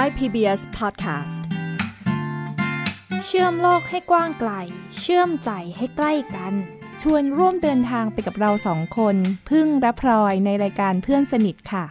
Thai PBS Podcast เชื่อมโลกให้กว้างไกลเชื่อมใจให้ใกล้กันชวนร่วมเดินทางไปกับเราสองคนพึ่งและพลอยในรายการเพื่อนสนิทค่ะ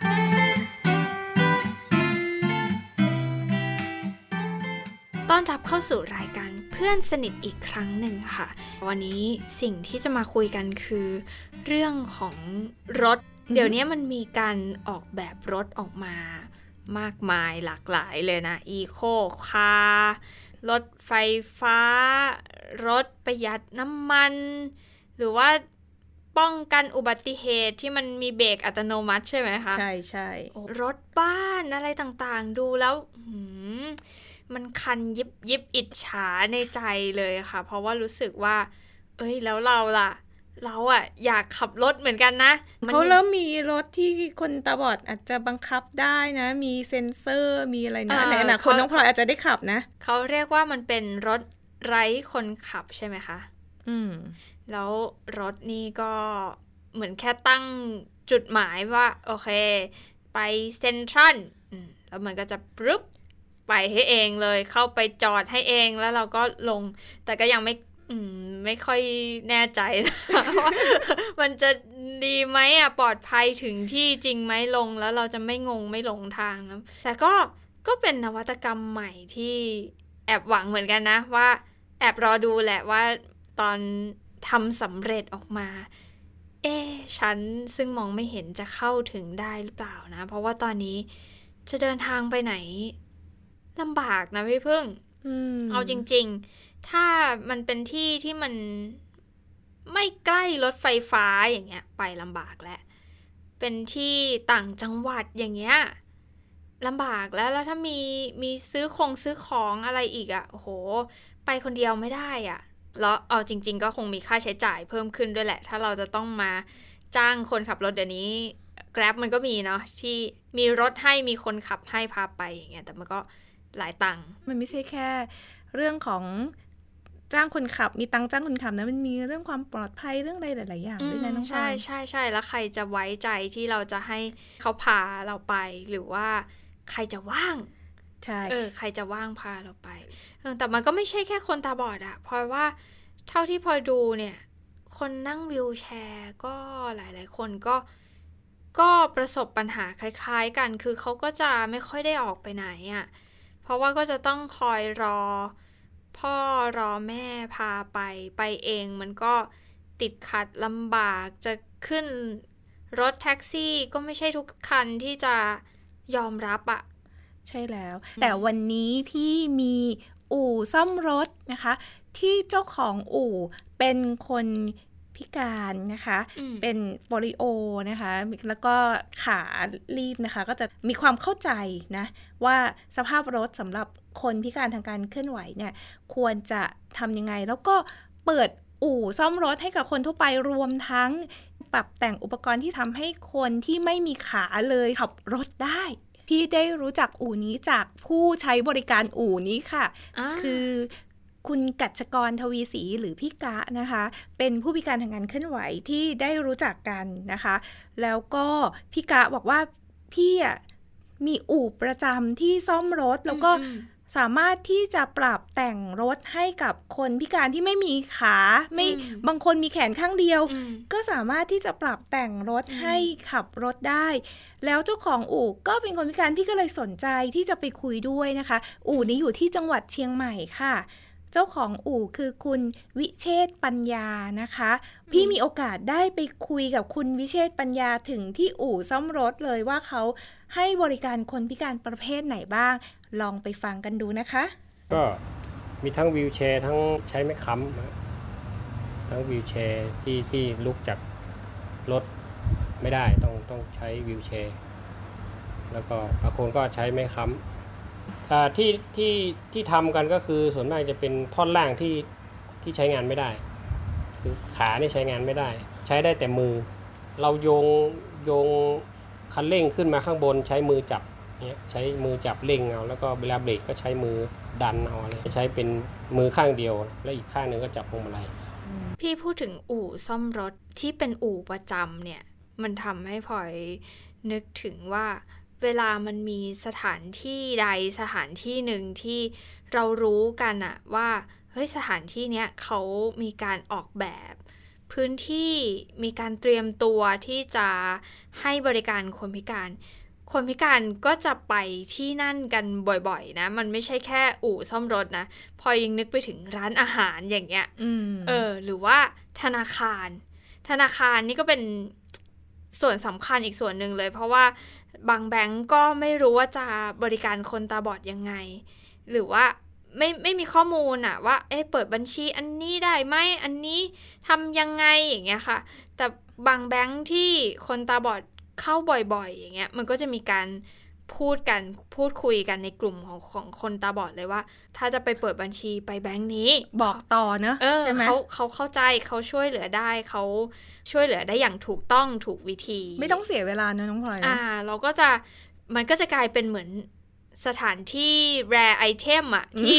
ต้อนรับเข้าสู่รายการเพื่อนสนิทอีกครั้งหนึ่งค่ะวันนี้สิ่งที่จะมาคุยกันคือเรื่องของรถเดี๋ยวนี้มันมีการออกแบบรถออกมามากมายหลากหลายเลยนะอีโคคาร์รถไฟฟ้ารถประหยัดน้ำมันหรือว่าป้องกันอุบัติเหตุที่มันมีเบรกอัตโนมัติใช่ไหมคะใช่ใช่รถบ้านอะไรต่างๆดูแล้วมันคันยิบอิจฉาในใจเลยค่ะเพราะว่ารู้สึกว่าแล้วเราล่ะเราอยากขับรถเหมือนกันนะเขาเริ่มมีรถที่คนตาบอดอาจจะบังคับได้นะมีเซ็นเซอร์มีอะไรนะในอนาคตน้องพลอยอาจจะได้ขับนะเขาเรียกว่ามันเป็นรถไร้คนขับใช่ไหมคะแล้วรถนี่ก็เหมือนแค่ตั้งจุดหมายว่าโอเคไปเซ็นทรัลแล้วมันก็จะปึ๊บไปให้เองเลยเข้าไปจอดให้เองแล้วเราก็ลงแต่ก็ยังไม่ค่อยแน่ใจนะว่ามันจะดีไหมปลอดภัยถึงที่จริงไหมลงแล้วเราจะไม่งงไม่หลงทางนะแต่ก็เป็นนวัตกรรมใหม่ที่แอบหวังเหมือนกันนะว่าแอบรอดูแหละว่าตอนทำสำเร็จออกมาฉันซึ่งมองไม่เห็นจะเข้าถึงได้หรือเปล่านะเพราะว่าตอนนี้จะเดินทางไปไหนลำบากนะพี่พึ่งเอาจริงๆถ้ามันเป็นที่ที่มันไม่ใกล้รถไฟฟ้าอย่างเงี้ยไปลำบากแล้วเป็นที่ต่างจังหวัดอย่างเงี้ยลำบากแล้วถ้ามีซื้อของอะไรอีกโอ้โหไปคนเดียวไม่ได้แล้วเอาจริงๆก็คงมีค่าใช้จ่ายเพิ่มขึ้นด้วยแหละถ้าเราจะต้องมาจ้างคนขับรถเดี๋ยวนี้ Grab มันก็มีเนาะที่มีรถให้มีคนขับให้พาไปอย่างเงี้ยแต่มันก็หลายตังค์มันไม่ใช่แค่เรื่องของจ้างคนขับมีตังค์จ้างคนขับนะมันมีเรื่องความปลอดภัยเรื่องอะไรหลายๆอย่างด้วยนะน้องชายใช่แล้วใครจะไว้ใจที่เราจะให้เขาพาเราไปหรือว่าใครจะว่างใช่ใครจะว่างพาเราไปแต่มันก็ไม่ใช่แค่คนตาบอดเพราะว่าเท่าที่พอดูเนี่ยคนนั่งวีลแชร์ก็หลายๆคนก็ประสบปัญหาคล้ายๆกันคือเขาก็จะไม่ค่อยได้ออกไปไหนเพราะว่าก็จะต้องคอยรอพ่อรอแม่พาไปเองมันก็ติดขัดลำบากจะขึ้นรถแท็กซี่ก็ไม่ใช่ทุกคันที่จะยอมรับใช่แล้วแต่วันนี้พี่มีอู่ซ่อมรถนะคะที่เจ้าของอู่เป็นคนพิการนะคะเป็นโปลิโอนะคะแล้วก็ขาลีบนะคะก็จะมีความเข้าใจนะว่าสภาพรถสำหรับคนพิการทางการเคลื่อนไหวเนี่ยควรจะทำยังไงแล้วก็เปิดอู่ซ่อมรถให้กับคนทั่วไปรวมทั้งปรับแต่งอุปกรณ์ที่ทำให้คนที่ไม่มีขาเลยขับรถได้พี่ได้รู้จักอู่นี้จากผู้ใช้บริการอู่นี้ค่ะคือคุณกัจจกรทวีศรีหรือพี่กะนะคะเป็นผู้พิการทางการเคลื่อนไหวที่ได้รู้จักกันนะคะแล้วก็พี่กะบอกว่าพี่มีอู่ประจำที่ซ่อมรถแล้วก็สามารถที่จะปรับแต่งรถให้กับคนพิการที่ไม่มีขาไม่บางคนมีแขนข้างเดียวก็สามารถที่จะปรับแต่งรถให้ขับรถได้แล้วเจ้าของอู่ก็เป็นคนพิการพี่ก็เลยสนใจที่จะไปคุยด้วยนะคะอู่นี้อยู่ที่จังหวัดเชียงใหม่ค่ะเจ้าของอู่คือคุณวิเชษฐ์ปัญญานะคะพี่มีโอกาสได้ไปคุยกับคุณวิเชษฐ์ปัญญาถึงที่อู่ซ่อมรถเลยว่าเขาให้บริการคนพิการประเภทไหนบ้างลองไปฟังกันดูนะคะก็มีทั้งวีลแชร์ทั้งใช้ไม้ค้ำทั้งวีลแชร์ที่ลุกจากรถไม่ได้ต้องใช้วีลแชร์แล้วก็บางคนก็ใช้ไม้ค้ำที่ทำกันก็คือส่วนมากจะเป็นท่อนล่างที่ใช้งานไม่ได้คือขานี่ใช้งานไม่ได้ใช้ได้แต่มือเราโยงคันเร่งขึ้นมาข้างบนใช้มือจับเนี่ยใช้มือจับเร่งเอาแล้วก็เวลาเบรกก็ใช้มือดันเอาอะไรใช้เป็นมือข้างเดียวแล้วอีกข้างนึงก็จับพวงมาลัยพี่พูดถึงอู่ซ่อมรถที่เป็นอู่ประจำเนี่ยมันทำให้พลอยนึกถึงว่าเวลามันมีสถานที่ใดสถานที่หนึ่งที่เรารู้กันอะว่าเฮ้ยสถานที่เนี้ยเขามีการออกแบบพื้นที่มีการเตรียมตัวที่จะให้บริการคนพิการก็จะไปที่นั่นกันบ่อยๆนะมันไม่ใช่แค่อู่ซ่อมรถนะพอยังนึกไปถึงร้านอาหารอย่างเงี้ยหรือว่าธนาคารนี่ก็เป็นส่วนสำคัญอีกส่วนหนึ่งเลยเพราะว่าบางแบงก์ก็ไม่รู้ว่าจะบริการคนตาบอดยังไงหรือว่าไม่มีข้อมูลอะว่าเปิดบัญชีอันนี้ได้ไหมอันนี้ทำยังไงอย่างเงี้ยค่ะแต่บางแบงก์ที่คนตาบอดเข้าบ่อยๆอย่างเงี้ยมันก็จะมีการพูดคุยกันในกลุ่มของคนตาบอดเลยว่าถ้าจะไปเปิดบัญชีไปแบงก์นี้บอกต่อเนอะใช่ไหมเขาเข้าใจเขาช่วยเหลือได้เขาช่วยเหลือได้อย่างถูกต้องถูกวิธีไม่ต้องเสียเวลานะน้องพลอยเราก็จะมันก็จะกลายเป็นเหมือนสถานที่ rare item อะที่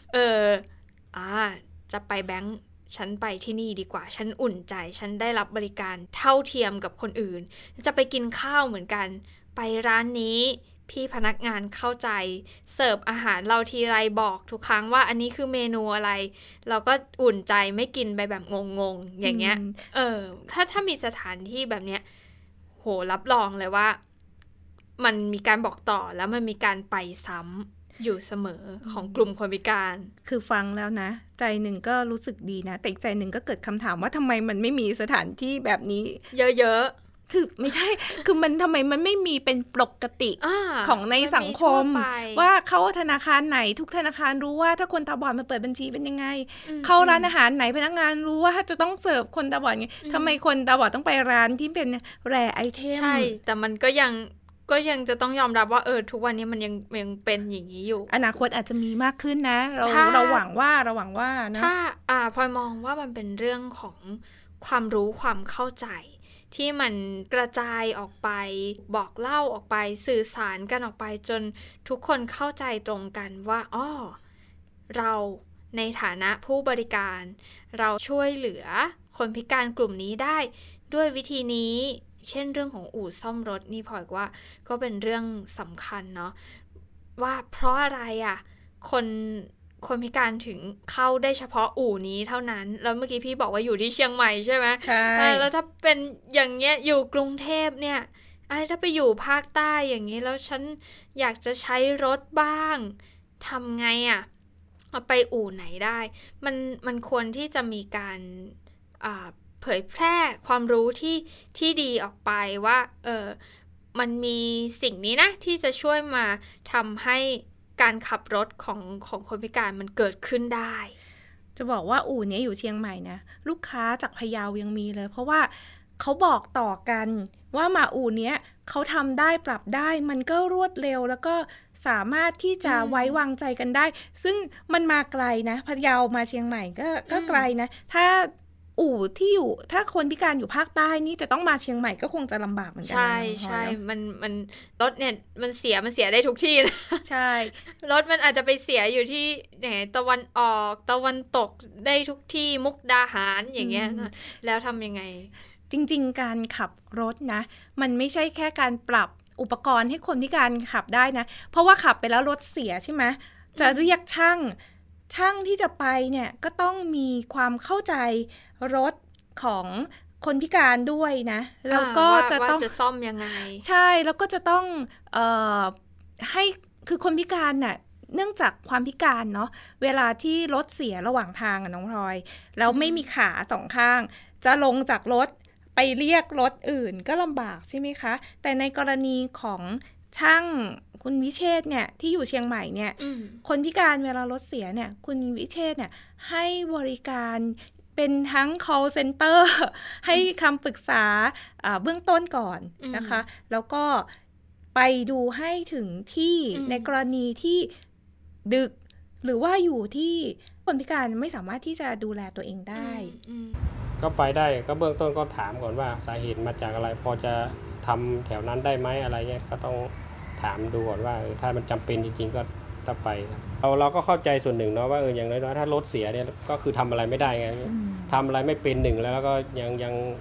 จะไปแบงก์ฉันไปที่นี่ดีกว่าฉันอุ่นใจฉันได้รับบริการเท่าเทียมกับคนอื่นจะไปกินข้าวเหมือนกันไปร้านนี้พี่พนักงานเข้าใจเสิร์ฟอาหารเราทีไรบอกทุกครั้งว่าอันนี้คือเมนูอะไรเราก็อุ่นใจไม่กินไปแบบงงๆอย่างเงี้ยถ้ามีสถานที่แบบเนี้ยโหรับรองเลยว่ามันมีการบอกต่อแล้วมันมีการไปซ้ำอยู่เสมอของกลุ่มคนพิการคือฟังแล้วนะใจหนึ่งก็รู้สึกดีนะแต่อีกใจหนึ่งก็เกิดคำถามว่าทำไมมันไม่มีสถานที่แบบนี้เยอะๆคือไม่ใช่คือมันทำไมมันไม่มีเป็นปกติของในสังคมว่าเข้าธนาคารไหนทุกธนาคารรู้ว่าถ้าคนตาบอดมาเปิดบัญชีเป็นยังไงเข้าร้านอาหารไหนพนักงานรู้ว่าจะต้องเสิร์ฟคนตาบอดไงทำไมคนตาบอดต้องไปร้านที่เป็นแรร์ไอเทมใช่แต่มันก็ยังจะต้องยอมรับว่าทุกวันนี้มันยังเป็นอย่างนี้อยู่อนาคตอาจจะมีมากขึ้นนะเราหวังว่านะถ้าพลอยมองว่ามันเป็นเรื่องของความรู้ความเข้าใจที่มันกระจายออกไปบอกเล่าออกไปสื่อสารกันออกไปจนทุกคนเข้าใจตรงกันว่าเราในฐานะผู้บริการเราช่วยเหลือคนพิการกลุ่มนี้ได้ด้วยวิธีนี้เช่นเรื่องของอู่ซ่อมรถนี่พลอยว่าก็เป็นเรื่องสำคัญเนาะว่าเพราะอะไรคนพิการถึงเข้าได้เฉพาะอู่นี้เท่านั้นแล้วเมื่อกี้พี่บอกว่าอยู่ที่เชียงใหม่ใช่ไหมใช่แล้วถ้าเป็นอย่างเงี้ยอยู่กรุงเทพเนี่ยถ้าไปอยู่ภาคใต้อย่างนี้แล้วฉันอยากจะใช้รถบ้างทำไงเอาไปอู่ไหนได้มันควรที่จะมีการเผยแพร่ความรู้ที่ดีออกไปว่ามันมีสิ่งนี้นะที่จะช่วยมาทำให้การขับรถของคนพิการมันเกิดขึ้นได้จะบอกว่าอู่นี้อยู่เชียงใหม่นะลูกค้าจากพะเยายังมีเลยเพราะว่าเขาบอกต่อกันว่ามาอู่นี้เขาทำได้ปรับได้มันก็รวดเร็วแล้วก็สามารถที่จะไว้วางใจกันได้ซึ่งมันมาไกลนะพะเยามาเชียงใหม่ก็ไกลนะถ้าอู่ที่อยู่ถ้าคนพิการอยู่ภาคใต้นี่จะต้องมาเชียงใหม่ก็คงจะลำบากเหมือนกันใช่มันรถเนี่ยมันเสียได้ทุกที่นะใช่รถมันอาจจะไปเสียอยู่ที่ตะวันออกตะวันตกได้ทุกที่มุกดาหารอย่างเงี้ยนะแล้วทำยังไงจริงๆการขับรถนะมันไม่ใช่แค่การปรับอุปกรณ์ให้คนพิการขับได้นะเพราะว่าขับไปแล้วรถเสียใช่ไหมจะเรียกช่างที่จะไปเนี่ยก็ต้องมีความเข้าใจรถของคนพิการด้วยนะแล้วก็จะต้องจะซ่อมยังไงใช่แล้วก็จะต้องให้คือคนพิการน่ะเนื่องจากความพิการเนาะเวลาที่รถเสียระหว่างทางน้องพลอยแล้วไม่มีขาสองข้างจะลงจากรถไปเรียกรถอื่นก็ลำบากใช่ไหมคะแต่ในกรณีของช่างคุณวิเชษฐ์เนี่ยที่อยู่เชียงใหม่เนี่ยคนพิการเวลารถเสียเนี่ยคุณวิเชษฐ์เนี่ยให้บริการเป็นทั้ง call center ให้คำปรึกษาเบื้องต้นก่อนนะคะแล้วก็ไปดูให้ถึงที่ในกรณีที่ดึกหรือว่าอยู่ที่คนพิการไม่สามารถที่จะดูแลตัวเองได้ก็ไปได้ก็เบื้องต้นก็ถามก่อนว่าสาเหตุมาจากอะไรพอจะทำแถวนั้นได้ไหมอะไรเงี้ยก็ต้องถามดูก่อนว่าถ้ามันจำเป็นจริงๆก็ต้องไปเราก็เข้าใจส่วนหนึ่งเนาะว่าอย่างน้อยๆถ้ารถเสียเนี่ยก็คือทำอะไรไม่ได้ไงทำอะไรไม่เป็นหนึ่งแล้วก็ยัง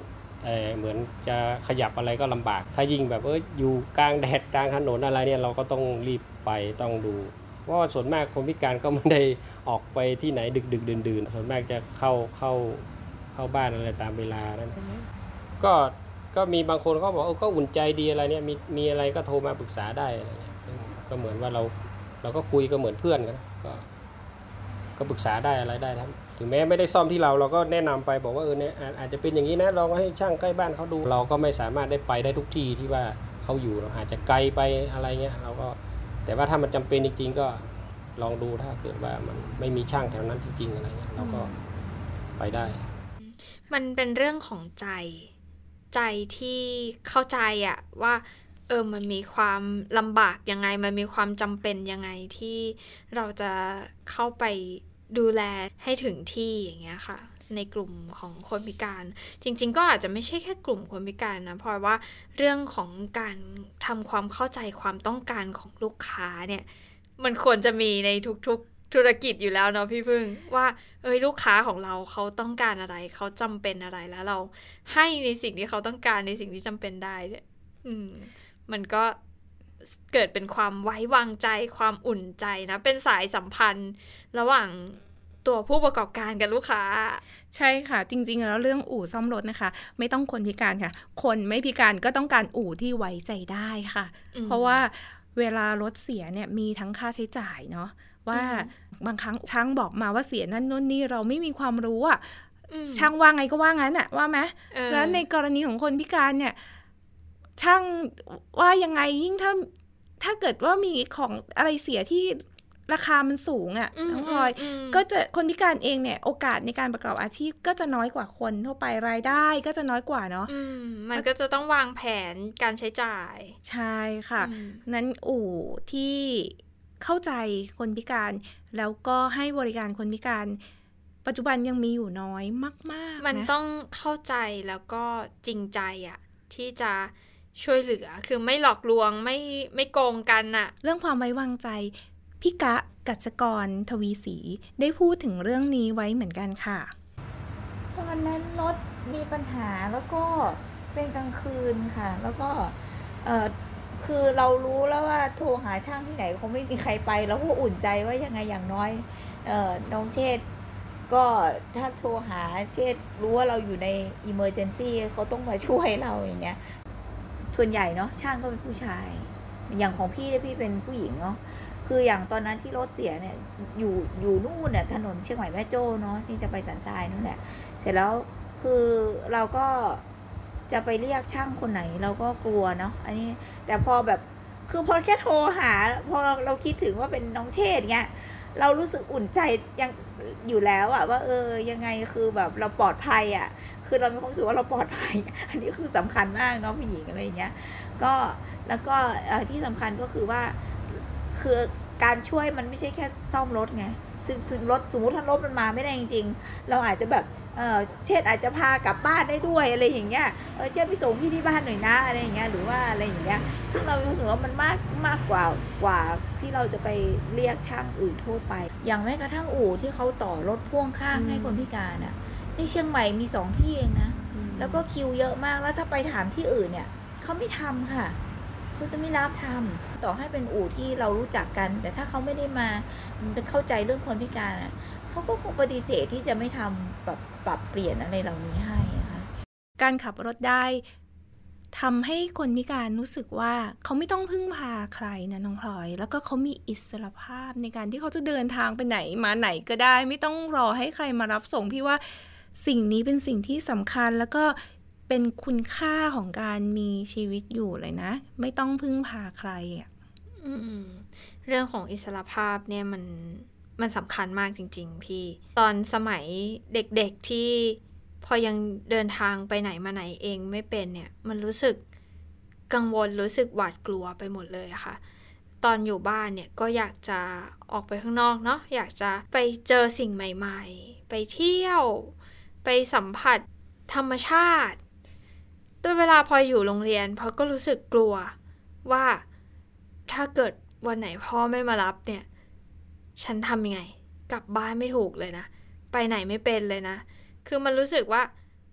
เหมือนจะขยับอะไรก็ลำบากถ้ายิ่งแบบอยู่กลางแดดกลางถนนอะไรเนี่ยเราก็ต้องรีบไปต้องดูเพราะว่าส่วนมากคนพิการก็ไม่ได้ออกไปที่ไหนดึกดื่นส่วนมากจะเข้าบ้านอะไรตามเวลานั่นก็มีบางคนเขาบอกก็อุ่นใจดีอะไรเนี่ยมีอะไรก็โทรมาปรึกษาได้อะไรเงี้ยก็เหมือนว่าเราก็คุยก็เหมือนเพื่อนกันก็ปรึกษาได้อะไรได้ครับถึงแม้ไม่ได้ซ่อมที่เราก็แนะนำไปบอกว่าเนี่ยอาจจะเป็นอย่างนี้นะลองให้ช่างใกล้บ้านเขาดูเราก็ไม่สามารถได้ไปได้ทุกที่ที่ว่าเขาอยู่เราอาจจะไกลไปอะไรเงี้ยเราก็แต่ว่าถ้ามันจำเป็นจริงๆก็ลองดูถ้าเกิดว่ามันไม่มีช่างแถวนั้นจริงๆอะไรเงี้ยเราก็ไปได้มันเป็นเรื่องของใจที่เข้าใจอะว่ามันมีความลำบากยังไงมันมีความจำเป็นยังไงที่เราจะเข้าไปดูแลให้ถึงที่อย่างเงี้ยค่ะในกลุ่มของคนพิการจริงๆก็อาจจะไม่ใช่แค่กลุ่มคนพิการนะเพราะว่าเรื่องของการทำความเข้าใจความต้องการของลูกค้าเนี่ยมันควรจะมีในทุกๆธุรกิจอยู่แล้วเนาะพี่พึ่งว่าลูกค้าของเราเขาต้องการอะไรเขาจำเป็นอะไรแล้วเราให้ในสิ่งที่เขาต้องการในสิ่งที่จำเป็นได้เนี่ยมันก็เกิดเป็นความไว้วางใจความอุ่นใจนะเป็นสายสัมพันธ์ระหว่างตัวผู้ประกอบการกับลูกค้าใช่ค่ะจริงๆแล้วเรื่องอู่ซ่อมรถนะคะไม่ต้องคนพิการค่ะคนไม่พิการก็ต้องการอู่ที่ไว้ใจได้ค่ะเพราะว่าเวลารถเสียเนี่ยมีทั้งค่าใช้จ่ายเนาะว่าบางครั้งช่างบอกมาว่าเสียนั่นนู่นนี่เราไม่มีความรู้อ่ะช่างว่าไงก็ว่างั้นอ่ะว่าไหมแล้วในกรณีของคนพิการเนี่ยช่างว่ายังไงยิ่งถ้าเกิดว่ามีของอะไรเสียที่ราคามันสูงอ่ะน้องพลอยก็จะคนพิการเองเนี่ยโอกาสในการประกอบอาชีพก็จะน้อยกว่าคนทั่วไปรายได้ก็จะน้อยกว่าเนาะมันก็จะต้องวางแผนการใช้จ่ายใช่ค่ะนั้นอู่ที่เข้าใจคนพิการแล้วก็ให้บริการคนพิการปัจจุบันยังมีอยู่น้อยมากๆมันต้องเข้าใจแล้วก็จริงใจอ่ะที่จะช่วยเหลือคือไม่หลอกลวงไม่โกงกันน่ะเรื่องความไว้วางใจพี่กะกัจจกรทวีศรีได้พูดถึงเรื่องนี้ไว้เหมือนกันค่ะตอนนั้นรถมีปัญหาแล้วก็เป็นกลางคืนค่ะแล้วก็คือเรารู้แล้วว่าโทรหาช่างที่ไหนคงไม่มีใครไปแล้วก็อุ่นใจว่ายังไงอย่างน้อยน้องเชษก็ถ้าโทรหาเชษรู้ว่าเราอยู่ใน emergency เขาต้องมาช่วยเราอย่างเงี้ยส่วนใหญ่เนาะช่างก็เป็นผู้ชายอย่างของพี่เนี่ยพี่เป็นผู้หญิงเนาะคืออย่างตอนนั้นที่รถเสียเนี่ยอยู่นู่นเนี่ยถนนเชียงใหม่แม่โจ้เนาะที่จะไปสันทรายนู่นแหละเสร็จแล้วคือเราก็จะไปเรียกช่างคนไหนเราก็กลัวเนาะอันนี้แต่พอแบบคือพอแค่โทรหาพอเราคิดถึงว่าเป็นน้องเชษเงี้ยเรารู้สึกอุ่นใจยังอยู่แล้วอะว่ายังไงคือแบบเราปลอดภัยอะคือเรามีความรู้สึกว่าเราปลอดภัยอันนี้คือสำคัญมากเนาะผู้หญิงอะไรอย่างเงี้ยก็แล้วก็ที่สำคัญก็คือว่าคือการช่วยมันไม่ใช่แค่ซ่อมรถไงซึ่งรถสมมติถ้ารถมันมาไม่ได้จริงๆเราอาจจะแบบเชษอาจจะพากลับบ้านได้ด้วยอะไรอย่างเงี้ยเชษไปส่งที่บ้านหน่อยนะอะไรอย่างเงี้ยหรือว่าอะไรอย่างเงี้ยซึ่งเรารู้สึกว่ามันมากกว่าที่เราจะไปเรียกช่างอื่นทั่วไปอย่างแม้กระทั่งอู่ที่เขาต่อรถพ่วงข้างให้คนพิการอ่ะในเชียงใหม่มี2ที่เองนะแล้วก็คิวเยอะมากแล้วถ้าไปถามที่อื่นเนี่ยเขาไม่ทำค่ะเขาจะไม่รับทำต่อให้เป็นอู่ที่เรารู้จักกันแต่ถ้าเขาไม่ได้มาเข้าใจเรื่องคนพิการอ่ะเขาก็คงปฏิเสธที่จะไม่ทำปรับเปลี่ยนอะไรเหล่านี้ให้ค่ะการขับรถได้ทำให้คนพิการรู้สึกว่าเขาไม่ต้องพึ่งพาใครนะน้องพลอยแล้วก็เขามีอิสรภาพในการที่เขาจะเดินทางไปไหนมาไหนก็ได้ไม่ต้องรอให้ใครมารับส่งพี่ว่าสิ่งนี้เป็นสิ่งที่สำคัญแล้วก็เป็นคุณค่าของการมีชีวิตอยู่เลยนะไม่ต้องพึ่งพาใครอ่ะเรื่องของอิสรภาพเนี่ยมันสำคัญมากจริงๆพี่ตอนสมัยเด็กๆที่พอยังเดินทางไปไหนมาไหนเองไม่เป็นเนี่ยมันรู้สึกกังวลรู้สึกหวาดกลัวไปหมดเลยอะค่ะตอนอยู่บ้านเนี่ยก็อยากจะออกไปข้างนอกเนาะอยากจะไปเจอสิ่งใหม่ๆไปเที่ยวไปสัมผัสธรรมชาติแต่เวลาพออยู่โรงเรียนพอก็รู้สึกกลัวว่าถ้าเกิดวันไหนพ่อไม่มารับเนี่ยฉันทำยังไงกลับบ้านไม่ถูกเลยนะไปไหนไม่เป็นเลยนะคือมันรู้สึกว่า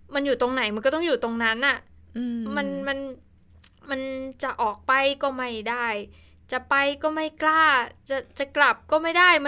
มันอยู่ตรงไหนมันก็ต้องอยู่ตรงนั้นอ่ะมันจะออกไปก็ไม่ได้จะไปก็ไม่กล้าจะกลับก็ไม่ได้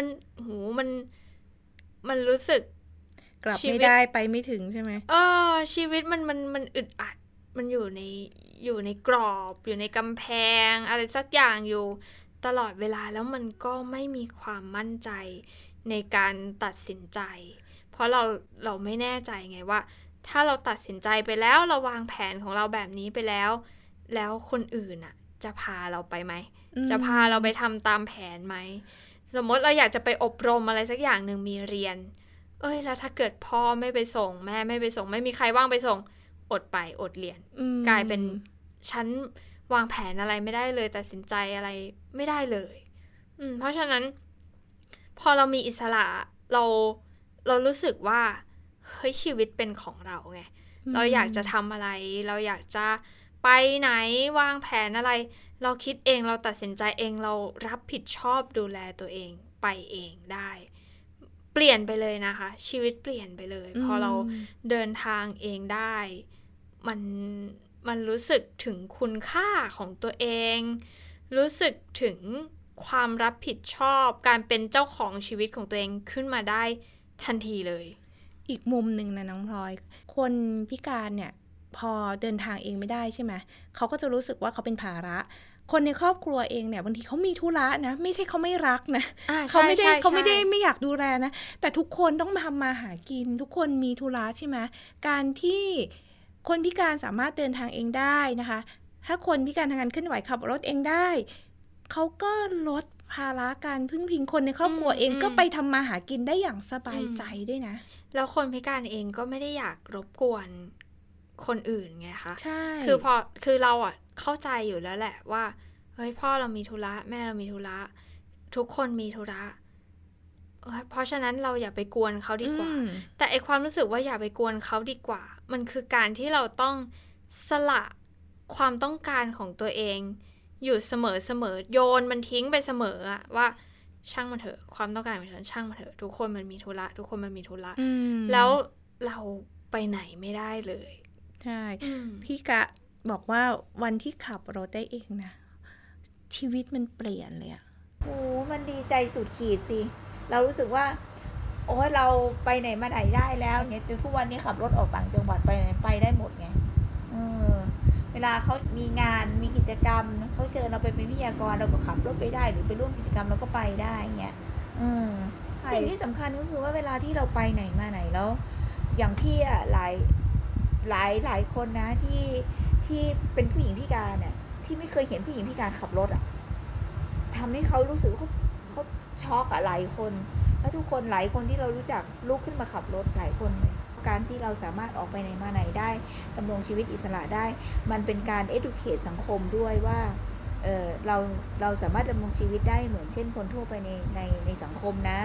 มันรู้สึกกลับไม่ได้ไปไม่ถึงใช่ไหมชีวิตมันอึดอัดมันอยู่ในกรอบอยู่ในกำแพงอะไรสักอย่างอยู่ตลอดเวลาแล้วมันก็ไม่มีความมั่นใจในการตัดสินใจเพราะเราไม่แน่ใจไงว่าถ้าเราตัดสินใจไปแล้วเราวางแผนของเราแบบนี้ไปแล้วคนอื่นอ่ะจะพาเราไปไหมจะพาเราไปทำตามแผนไหมสมมติเราอยากจะไปอบรมอะไรสักอย่างหนึ่งมีเรียนแล้วถ้าเกิดพ่อไม่ไปส่งแม่ไม่ไปส่งไม่มีใครว่างไปส่งอดไปอดเรียนกลายเป็นฉันวางแผนอะไรไม่ได้เลยตัดสินใจอะไรไม่ได้เลยเพราะฉะนั้นพอเรามีอิสระเรารู้สึกว่าเฮ้ยชีวิตเป็นของเราไงเราอยากจะทำอะไรเราอยากจะไปไหนวางแผนอะไรเราคิดเองเราตัดสินใจเองเรารับผิดชอบดูแลตัวเองไปเองได้เปลี่ยนไปเลยนะคะชีวิตเปลี่ยนไปเลยพอเราเดินทางเองได้มันรู้สึกถึงคุณค่าของตัวเองรู้สึกถึงความรับผิดชอบการเป็นเจ้าของชีวิตของตัวเองขึ้นมาได้ทันทีเลยอีกมุมหนึ่งนะน้องพลอยคนพิการเนี่ยพอเดินทางเองไม่ได้ใช่ไหมเขาก็จะรู้สึกว่าเขาเป็นภาระคนในครอบครัวเองเนี่ยบางทีเขามีธุระนะไม่ใช่เขาไม่รักนะเขาไม่ได้ไม่อยากดูแลนะแต่ทุกคนต้องทำมาหากินทุกคนมีธุระใช่ไหมการที่คนพิการสามารถเดินทางเองได้นะคะถ้าคนพิการทางการเคลื่อนไหวขับรถเองได้เขาก็ลดภาระการพึ่งพิงคนในครอบครัวเองก็ไปทำมาหากินได้อย่างสบายใจด้วยนะแล้วคนพิการเองก็ไม่ได้อยากรบกวนคนอื่นไงคะใช่คือเราอ่ะเข้าใจอยู่แล้วแหละว่าเฮ้ยพ่อเรามีธุระแม่เรามีธุระทุกคนมีธุระเพราะฉะนั้นเราอย่าไปกวนเขาดีกว่าแต่ไอความรู้สึกว่าอย่าไปกวนเขาดีกว่ามันคือการที่เราต้องสละความต้องการของตัวเองอยู่เสมอโยนมันทิ้งไปเสมออะว่าช่างมันเถอะความต้องการของฉันช่างมันเถอะทุกคนมันมีธุระทุกคนมันมีธุระแล้วเราไปไหนไม่ได้เลยใช่พี่กะบอกว่าวันที่ขับรถได้เองนะชีวิตมันเปลี่ยนเลยอะโอ้มันดีใจสุดขีดสิเรารู้สึกว่าโอ้เราไปไหนมาไหนได้แล้วเนี่ยทุกวันนี้ขับรถออกต่างจังหวัดไปไหนไปได้หมดไงเวลาเขามีงานมีกิจกรรมเขาเชิญเราไปเป็นวิทยากรเราก็ขับรถไปได้หรือไปร่วมกิจกรรมเราก็ไปได้เงี้ยสิ่งที่สำคัญก็คือว่าเวลาที่เราไปไหนมาไหนแล้วอย่างพี่อะหลายคนนะที่เป็นผู้หญิงพิการเนี่ยที่ไม่เคยเห็นผู้หญิงพิการขับรถอะทำให้เขารู้สึกเขาช็อกอะหลายคนแล้วทุกคนหลายคนที่เรารู้จักลุกขึ้นมาขับรถหลายคนเลยการที่เราสามารถออกไปไหนมาไหนได้ดำรงชีวิตอิสระได้มันเป็นการ educate สังคมด้วยว่าเราสามารถดำรงชีวิตได้เหมือนเช่นคนทั่วไปในสังคมนะ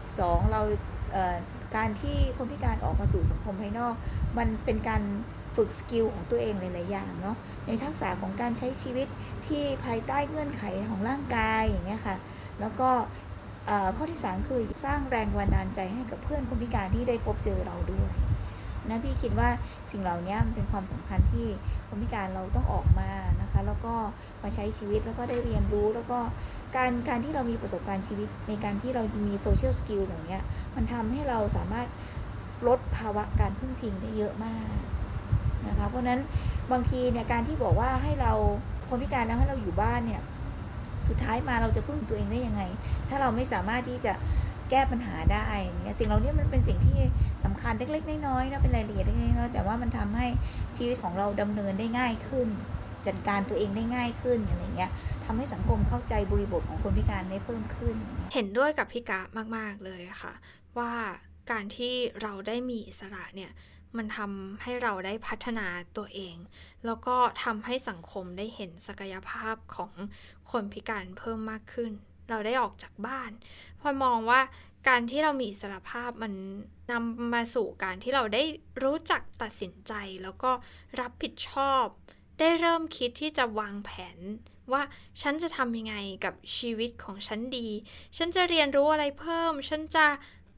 2เราการที่คนพิการออกมาสู่สังคมภายนอกมันเป็นการฝึกสกิลของตัวเองหลายๆอย่างเนาะในทักษะของการใช้ชีวิตที่ภายใต้เงื่อนไขของร่างกายอย่างเงี้ยค่ะแล้วก็ข้อที่3คือสร้างแรงบันดาลใจให้กับเพื่อนคนพิการที่ได้พบเจอเราด้วยนะพี่คิดว่าสิ่งเหล่านี้มันเป็นความสำคัญที่คนพิการเราต้องออกมานะคะแล้วก็มาใช้ชีวิตแล้วก็ได้เรียนรู้แล้วก็การที่เรามีประสบการณ์ชีวิตในการที่เรามีโซเชียลสกิลอย่างเงี้ยมันทำให้เราสามารถลดภาวะการพึ่งพิงได้เยอะมากนะคะเพราะนั้นบางทีเนี่ยการที่บอกว่าให้เราคนพิการแล้วให้เราอยู่บ้านเนี่ยสุดท้ายมาเราจะพึ่งตัวเองได้ยังไงถ้าเราไม่สามารถที่จะแก้ปัญหาได้เนี่ยสิ่งเหล่านี้มันเป็นสิ่งที่สำคัญเล็กๆน้อยๆนะเป็นรายละเอียดเล็กๆน้อยๆแต่ว่ามันทำให้ชีวิตของเราดำเนินได้ง่ายขึ้นจัดการตัวเองได้ง่ายขึ้นอะไรเงี้ยทำให้สังคมเข้าใจบริบทของคนพิการได้เพิ่มขึ้นเห็นด้วยกับพี่กะมากๆเลยค่ะว่าการที่เราได้มีอิสระเนี่ยมันทำให้เราได้พัฒนาตัวเองแล้วก็ทำให้สังคมได้เห็นศักยภาพของคนพิการเพิ่มมากขึ้นเราได้ออกจากบ้านพอมองว่าการที่เรามีอิสรภาพมันนำมาสู่การที่เราได้รู้จักตัดสินใจแล้วก็รับผิดชอบได้เริ่มคิดที่จะวางแผนว่าฉันจะทำยังไงกับชีวิตของฉันดีฉันจะเรียนรู้อะไรเพิ่มฉันจะ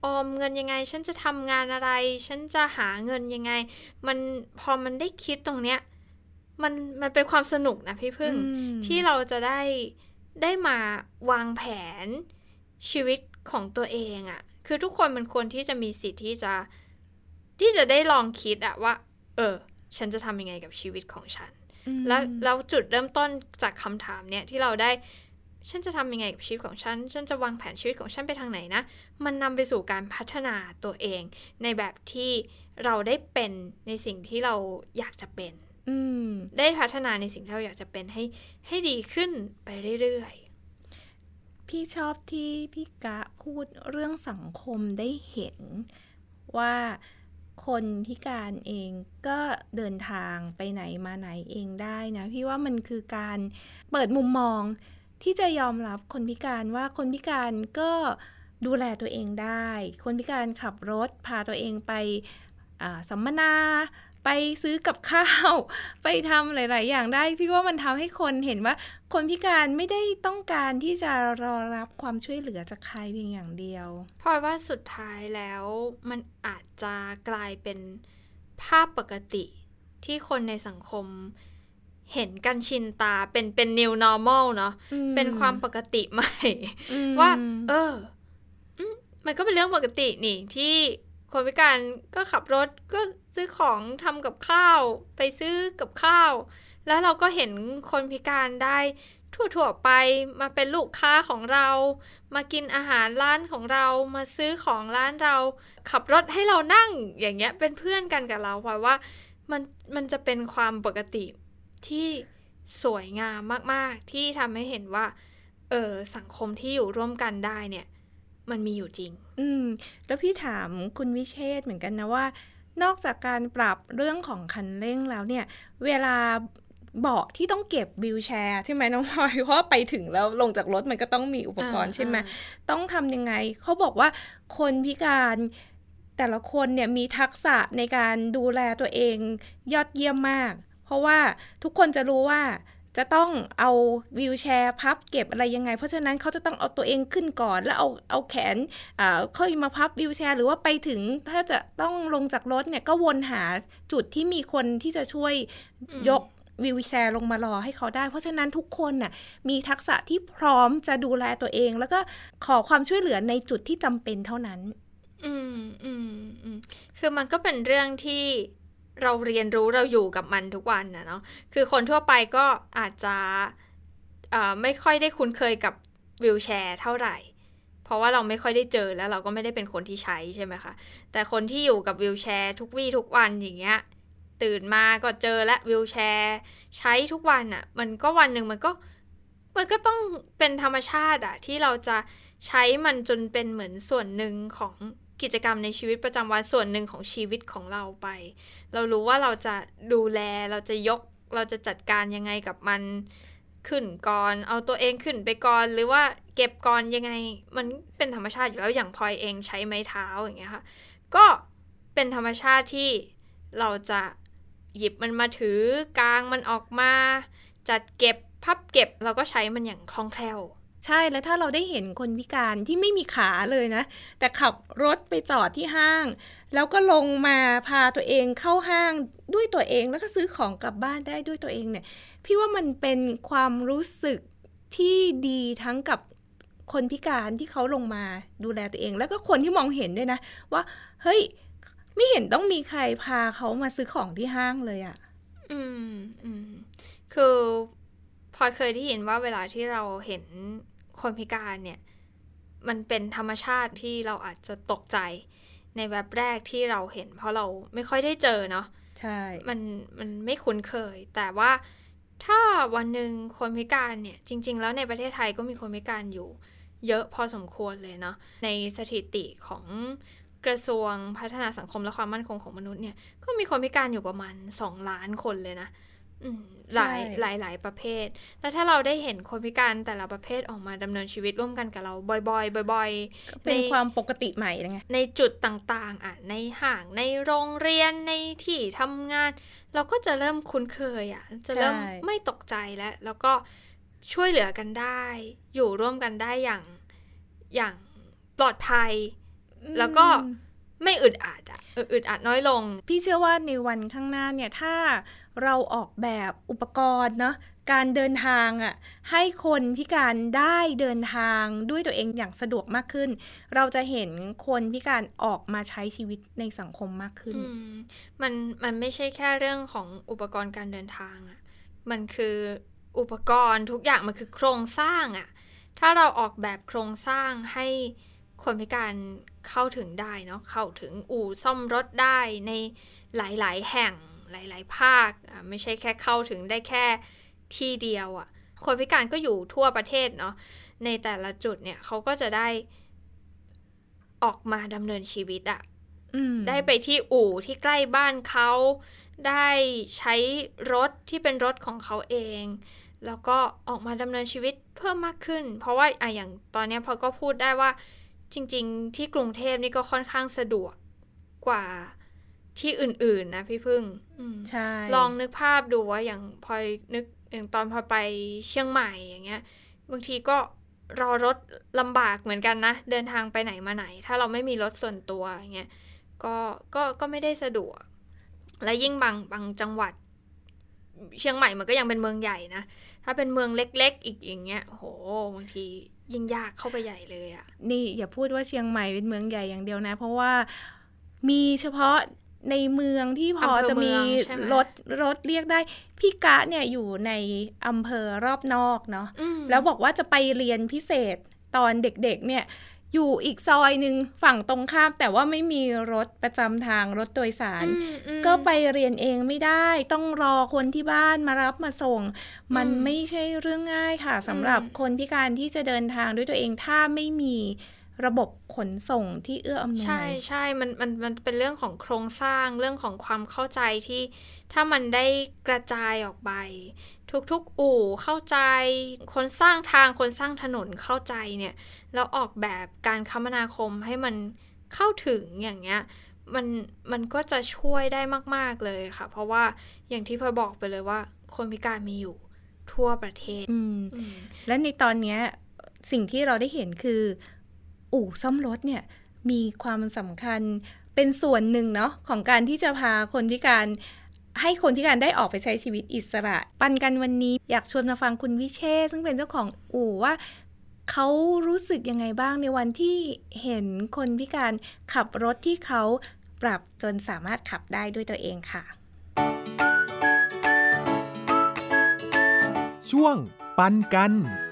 ออมเงินยังไงฉันจะทำงานอะไรฉันจะหาเงินยังไงมันพอมันได้คิดตรงเนี้ยมันเป็นความสนุกนะพี่พึ่งที่เราจะได้มาวางแผนชีวิตของตัวเองอ่ะคือทุกคนมันควรที่จะมีสิทธิ์ที่จะได้ลองคิดอะว่าฉันจะทำยังไงกับชีวิตของฉันแล้วจุดเริ่มต้นจากคำถามเนี่ยที่เราได้ฉันจะทำยังไงกับชีวิตของฉันจะวางแผนชีวิตของฉันไปทางไหนนะมันนำไปสู่การพัฒนาตัวเองในแบบที่เราได้เป็นในสิ่งที่เราอยากจะเป็นได้พัฒนาในสิ่งที่เราอยากจะเป็นให้ดีขึ้นไปเรื่อยๆพี่ชอบที่พี่กะพูดเรื่องสังคมได้เห็นว่าคนพิการเองก็เดินทางไปไหนมาไหนเองได้นะพี่ว่ามันคือการเปิดมุมมองที่จะยอมรับคนพิการว่าคนพิการก็ดูแลตัวเองได้คนพิการขับรถพาตัวเองไปสัมมนาไปซื้อกับข้าวไปทำหลายๆอย่างได้พี่ว่ามันทำให้คนเห็นว่าคนพิการไม่ได้ต้องการที่จะรอรับความช่วยเหลือจากใครเพียงอย่างเดียวเพราะว่าสุดท้ายแล้วมันอาจจะกลายเป็นภาพปกติที่คนในสังคมเห็นกันชินตาเป็น new normal เนาะเป็นความปกติใหม่ว่ามันก็เป็นเรื่องปกตินี่ที่คนพิการก็ขับรถก็ซื้อของทำกับข้าวไปซื้อกับข้าวแล้วเราก็เห็นคนพิการได้ทั่วๆไปมาเป็นลูกค้าของเรามากินอาหารร้านของเรามาซื้อของร้านเราขับรถให้เรานั่งอย่างเงี้ยเป็นเพื่อนกันกับเราเพราะว่ามันจะเป็นความปกติที่สวยงามมากๆที่ทำให้เห็นว่าสังคมที่อยู่ร่วมกันได้เนี่ยมันมีอยู่จริงแล้วพี่ถามคุณวิเชษฐ์เหมือนกันนะว่านอกจากการปรับเรื่องของคันเร่งแล้วเนี่ยเวลาเบาะที่ต้องเก็บวีลแชร์ใช่ไหมน้องพลอยเพราะไปถึงแล้วลงจากรถมันก็ต้องมีอุปกรณ์ใช่ไหมต้องทำยังไงเขาบอกว่าคนพิการแต่ละคนเนี่ยมีทักษะในการดูแลตัวเองยอดเยี่ยมมากเพราะว่าทุกคนจะรู้ว่าจะต้องเอาวีลแชร์พับเก็บอะไรยังไงเพราะฉะนั้นเขาจะต้องเอาตัวเองขึ้นก่อนแล้วเอาแขนค่อยมาพับวีลแชร์หรือว่าไปถึงถ้าจะต้องลงจากรถเนี่ยก็วนหาจุดที่มีคนที่จะช่วยยกวีลแชร์ลงมารอให้เขาได้เพราะฉะนั้นทุกคนน่ะมีทักษะที่พร้อมจะดูแลตัวเองแล้วก็ขอความช่วยเหลือในจุดที่จำเป็นเท่านั้นคือมันก็เป็นเรื่องที่เราเรียนรู้เราอยู่กับมันทุกวันนะเนาะคือคนทั่วไปก็อาจจะไม่ค่อยได้คุ้นเคยกับวีลแชร์เท่าไหร่เพราะว่าเราไม่ค่อยได้เจอแล้วเราก็ไม่ได้เป็นคนที่ใช้ใช่ไหมคะแต่คนที่อยู่กับวีลแชร์ทุกวี่ทุกวันอย่างเงี้ยตื่นมาก็เจอและวีลแชร์ใช้ทุกวันอ่ะมันก็วันหนึ่งมันก็ต้องเป็นธรรมชาติอ่ะที่เราจะใช้มันจนเป็นเหมือนส่วนหนึ่งของกิจกรรมในชีวิตประจำวันส่วนหนึ่งของชีวิตของเราไปเรารู้ว่าเราจะดูแลเราจะยกเราจะจัดการยังไงกับมันขึ้นก่อนเอาตัวเองขึ้นไปก่อนหรือว่าเก็บก่อนยังไงมันเป็นธรรมชาติอยู่แล้วอย่างพลอยเองใช้ไม้เท้าอย่างเงี้ยค่ะก็เป็นธรรมชาติที่เราจะหยิบมันมาถือกางมันออกมาจัดเก็บพับเก็บเราก็ใช้มันอย่างคล่องแคล่วใช่แล้วถ้าเราได้เห็นคนพิการที่ไม่มีขาเลยนะแต่ขับรถไปจอดที่ห้างแล้วก็ลงมาพาตัวเองเข้าห้างด้วยตัวเองแล้วก็ซื้อของกลับบ้านได้ด้วยตัวเองเนี่ยพี่ว่ามันเป็นความรู้สึกที่ดีทั้งกับคนพิการที่เขาลงมาดูแลตัวเองแล้วก็คนที่มองเห็นด้วยนะว่าเฮ้ยไม่เห็นต้องมีใครพาเขามาซื้อของที่ห้างเลยอ่ะคือพอเคยได้ยินว่าเวลาที่เราเห็นคนพิการเนี่ยมันเป็นธรรมชาติที่เราอาจจะตกใจในแบบแรกที่เราเห็นเพราะเราไม่ค่อยได้เจอเนาะใช่มันไม่คุ้นเคยแต่ว่าถ้าวันหนึ่งคนพิการเนี่ยจริงๆแล้วในประเทศไทยก็มีคนพิการอยู่เยอะพอสมควรเลยเนาะในสถิติของกระทรวงพัฒนาสังคมและความมั่นคงของมนุษย์เนี่ยก็มีคนพิการอยู่ประมาณ2 ล้านคนเลยนะหลายประเภทแล้วถ้าเราได้เห็นคนพิการแต่ละประเภทออกมาดำเนินชีวิตร่วมกันกับเราบ่อยๆเป็นความปกติใหม่เลยไงในจุดต่างๆในห้างในโรงเรียนในที่ทำงานเราก็จะเริ่มคุ้นเคยจะเริ่มไม่ตกใจแล้วก็ช่วยเหลือกันได้อยู่ร่วมกันได้อย่างปลอดภัยแล้วก็ไม่อึดอัดอึดอัดน้อยลงพี่เชื่อว่าในวันข้างหน้าเนี่ยถ้าเราออกแบบอุปกรณ์เนาะการเดินทางให้คนพิการได้เดินทางด้วยตัวเองอย่างสะดวกมากขึ้นเราจะเห็นคนพิการออกมาใช้ชีวิตในสังคมมากขึ้นมันไม่ใช่แค่เรื่องของอุปกรณ์การเดินทางมันคืออุปกรณ์ทุกอย่างมันคือโครงสร้างถ้าเราออกแบบโครงสร้างให้คนพิการเข้าถึงได้เนาะเข้าถึงอู่ซ่อมรถได้ในหลายๆแห่งหลายๆภาคไม่ใช่แค่เข้าถึงได้แค่ที่เดียวคนพิการก็อยู่ทั่วประเทศเนาะในแต่ละจุดเนี่ยเขาก็จะได้ออกมาดำเนินชีวิตได้ไปที่อู่ที่ใกล้บ้านเขาได้ใช้รถที่เป็นรถของเขาเองแล้วก็ออกมาดำเนินชีวิตเพิ่มมากขึ้นเพราะว่าอย่างตอนนี้พอก็พูดได้ว่าจริงๆที่กรุงเทพนี่ก็ค่อนข้างสะดวกกว่าที่อื่นๆนะพี่พึ่งใช่ลองนึกภาพดูว่าอย่างพอนึกอย่างตอนพอไปเชียงใหม่อย่างเงี้ยบางทีก็รอรถลำบากเหมือนกันนะเดินทางไปไหนมาไหนถ้าเราไม่มีรถส่วนตัวอย่างเงี้ยก็ไม่ได้สะดวกและยิ่งบางจังหวัดเชียงใหม่มันก็ยังเป็นเมืองใหญ่นะถ้าเป็นเมืองเล็กๆอีกอย่างเงี้ยโหบางทียิ่งยากเข้าไปใหญ่เลยนี่อย่าพูดว่าเชียงใหม่เป็นเมืองใหญ่อย่างเดียวนะเพราะว่ามีเฉพาะในเมืองที่พอจะมีรถเรียกได้พี่กะเนี่ยอยู่ในอำเภอรอบนอกเนาะแล้วบอกว่าจะไปเรียนพิเศษตอนเด็กๆเนี่ยอยู่อีกซอยนึงฝั่งตรงข้ามแต่ว่าไม่มีรถประจำทางรถโดยสารก็ไปเรียนเองไม่ได้ต้องรอคนที่บ้านมารับมาส่งมันไม่ใช่เรื่องง่ายค่ะสำหรับคนพิการที่จะเดินทางด้วยตัวเองถ้าไม่มีระบบขนส่งที่เอื้ออำนวยใช่มันเป็นเรื่องของโครงสร้างเรื่องของความเข้าใจที่ถ้ามันได้กระจายออกไปทุกอู่เข้าใจคนสร้างทางคนสร้างถนนเข้าใจเนี่ยแล้วออกแบบการคมนาคมให้มันเข้าถึงอย่างเงี้ยมันก็จะช่วยได้มากๆเลยค่ะเพราะว่าอย่างที่พลอยบอกไปเลยว่าคนพิการมีอยู่ทั่วประเทศและในตอนนี้สิ่งที่เราได้เห็นคืออู่ซ่อมรถเนี่ยมีความสำคัญเป็นส่วนหนึ่งเนาะของการที่จะพาคนพิการให้คนพิการได้ออกไปใช้ชีวิตอิสระปันกันวันนี้อยากชวนมาฟังคุณวิเชษซึ่งเป็นเจ้าของอู่ว่าเขารู้สึกยังไงบ้างในวันที่เห็นคนพิการขับรถที่เขาปรับจนสามารถขับได้ด้วยตัวเองค่ะช่วงปันกัน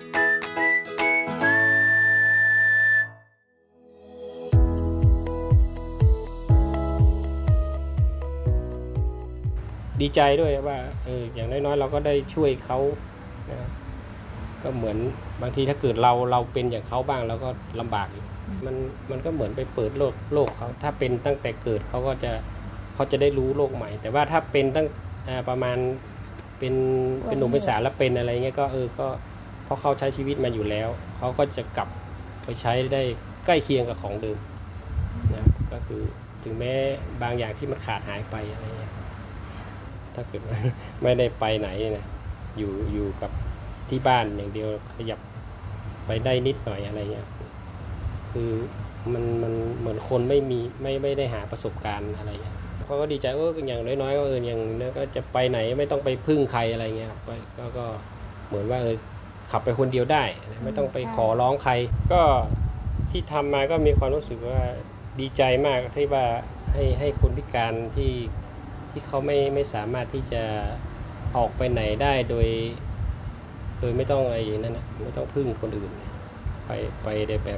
ดีใจด้วยว่าอย่างน้อยๆเราก็ได้ช่วยเขานะครับก็เหมือนบางทีถ้าเกิดเราเป็นอย่างเขาบ้างเราก็ลำบากอยู่มันก็เหมือนไปเปิดโลกเขาถ้าเป็นตั้งแต่เกิดเขาจะได้รู้โลกใหม่แต่ว่าถ้าเป็นตั้งประมาณเป็นหนุ่มเป็นสาวแล้วเป็นอะไรเงี้ยก็เพราะเขาใช้ชีวิตมาอยู่แล้วเขาก็จะกลับไปใช้ได้ใกล้เคียงกับของเดิมนะก็คือถึงแม้บางอย่างที่มันขาดหายไปอะไรเงี้ยถ้าเกิดไม่ได้ไปไหนนะอยู่กับที่บ้านอย่างเดียวขยับไปได้นิดหน่อยอะไรเงี้ยคือมันเหมือนคนไม่ได้หาประสบการณ์อะไรเงี้ยเขาก็ดีใจอย่างน้อยๆก็อย่างก็จะไปไหนไม่ต้องไปพึ่งใครอะไรเงี้ยไปก็เหมือนว่าขับไปคนเดียวได้ไม่ต้องไปขอร้องใครก็ที่ทำมาก็มีความรู้สึกว่าดีใจมากที่ว่าให้คนพิการที่เขาไม่สามารถที่จะออกไปไหนได้โดยไม่ต้องอะไรนั่นนะไม่ต้องพึ่งคนอื่นไปได้แบบ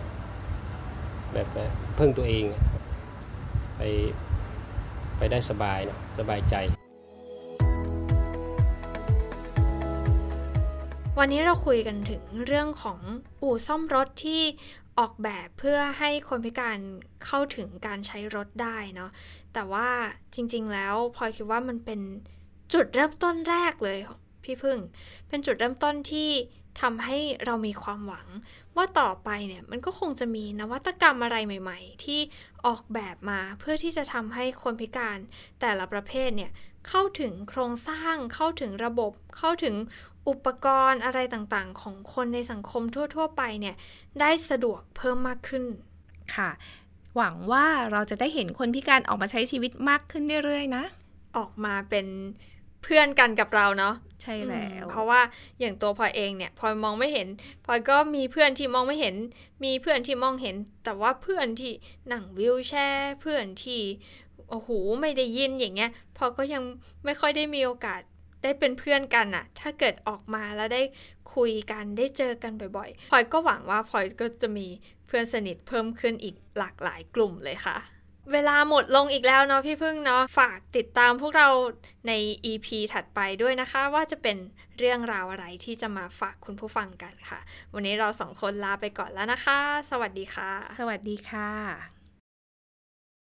พึ่งตัวเองไปได้สบายเนาะสบายใจวันนี้เราคุยกันถึงเรื่องของอู่ซ่อมรถที่ออกแบบเพื่อให้คนพิการเข้าถึงการใช้รถได้เนาะแต่ว่าจริงๆแล้วพลอยคิดว่ามันเป็นจุดเริ่มต้นแรกเลยพี่พึ่งเป็นจุดเริ่มต้นที่ทำให้เรามีความหวังว่าต่อไปเนี่ยมันก็คงจะมีนวัตกรรมอะไรใหม่ๆที่ออกแบบมาเพื่อที่จะทำให้คนพิการแต่ละประเภทเนี่ยเข้าถึงโครงสร้างเข้าถึงระบบเข้าถึงอุปกรณ์อะไรต่างๆของคนในสังคมทั่วๆไปเนี่ยได้สะดวกเพิ่มมากขึ้นค่ะหวังว่าเราจะได้เห็นคนพิการออกมาใช้ชีวิตมากขึ้นเรื่อยๆนะออกมาเป็นเพื่อนกันกับเราเนาะใช่แล้วเพราะว่าอย่างตัวพลอยเองเนี่ยพลอยมองไม่เห็นพลอยก็มีเพื่อนที่มองไม่เห็นมีเพื่อนที่มองเห็นแต่ว่าเพื่อนที่นั่งวีลแชร์เพื่อนที่โอ้โหไม่ได้ยินอย่างเงี้ยพลอยก็ยังไม่ค่อยได้มีโอกาสได้เป็นเพื่อนกันน่ะถ้าเกิดออกมาแล้วได้คุยกันได้เจอกันบ่อยๆพลอยก็หวังว่าพลอยก็จะมีเพื่อนสนิทเพิ่มขึ้นอีกหลากหลายกลุ่มเลยค่ะเวลาหมดลงอีกแล้วเนาะพี่พึ่งเนาะฝากติดตามพวกเราใน EP ถัดไปด้วยนะคะว่าจะเป็นเรื่องราวอะไรที่จะมาฝากคุณผู้ฟังกันค่ะวันนี้เรา2 คนลาไปก่อนแล้วนะคะสวัสดีค่ะสวัสดีค่ะ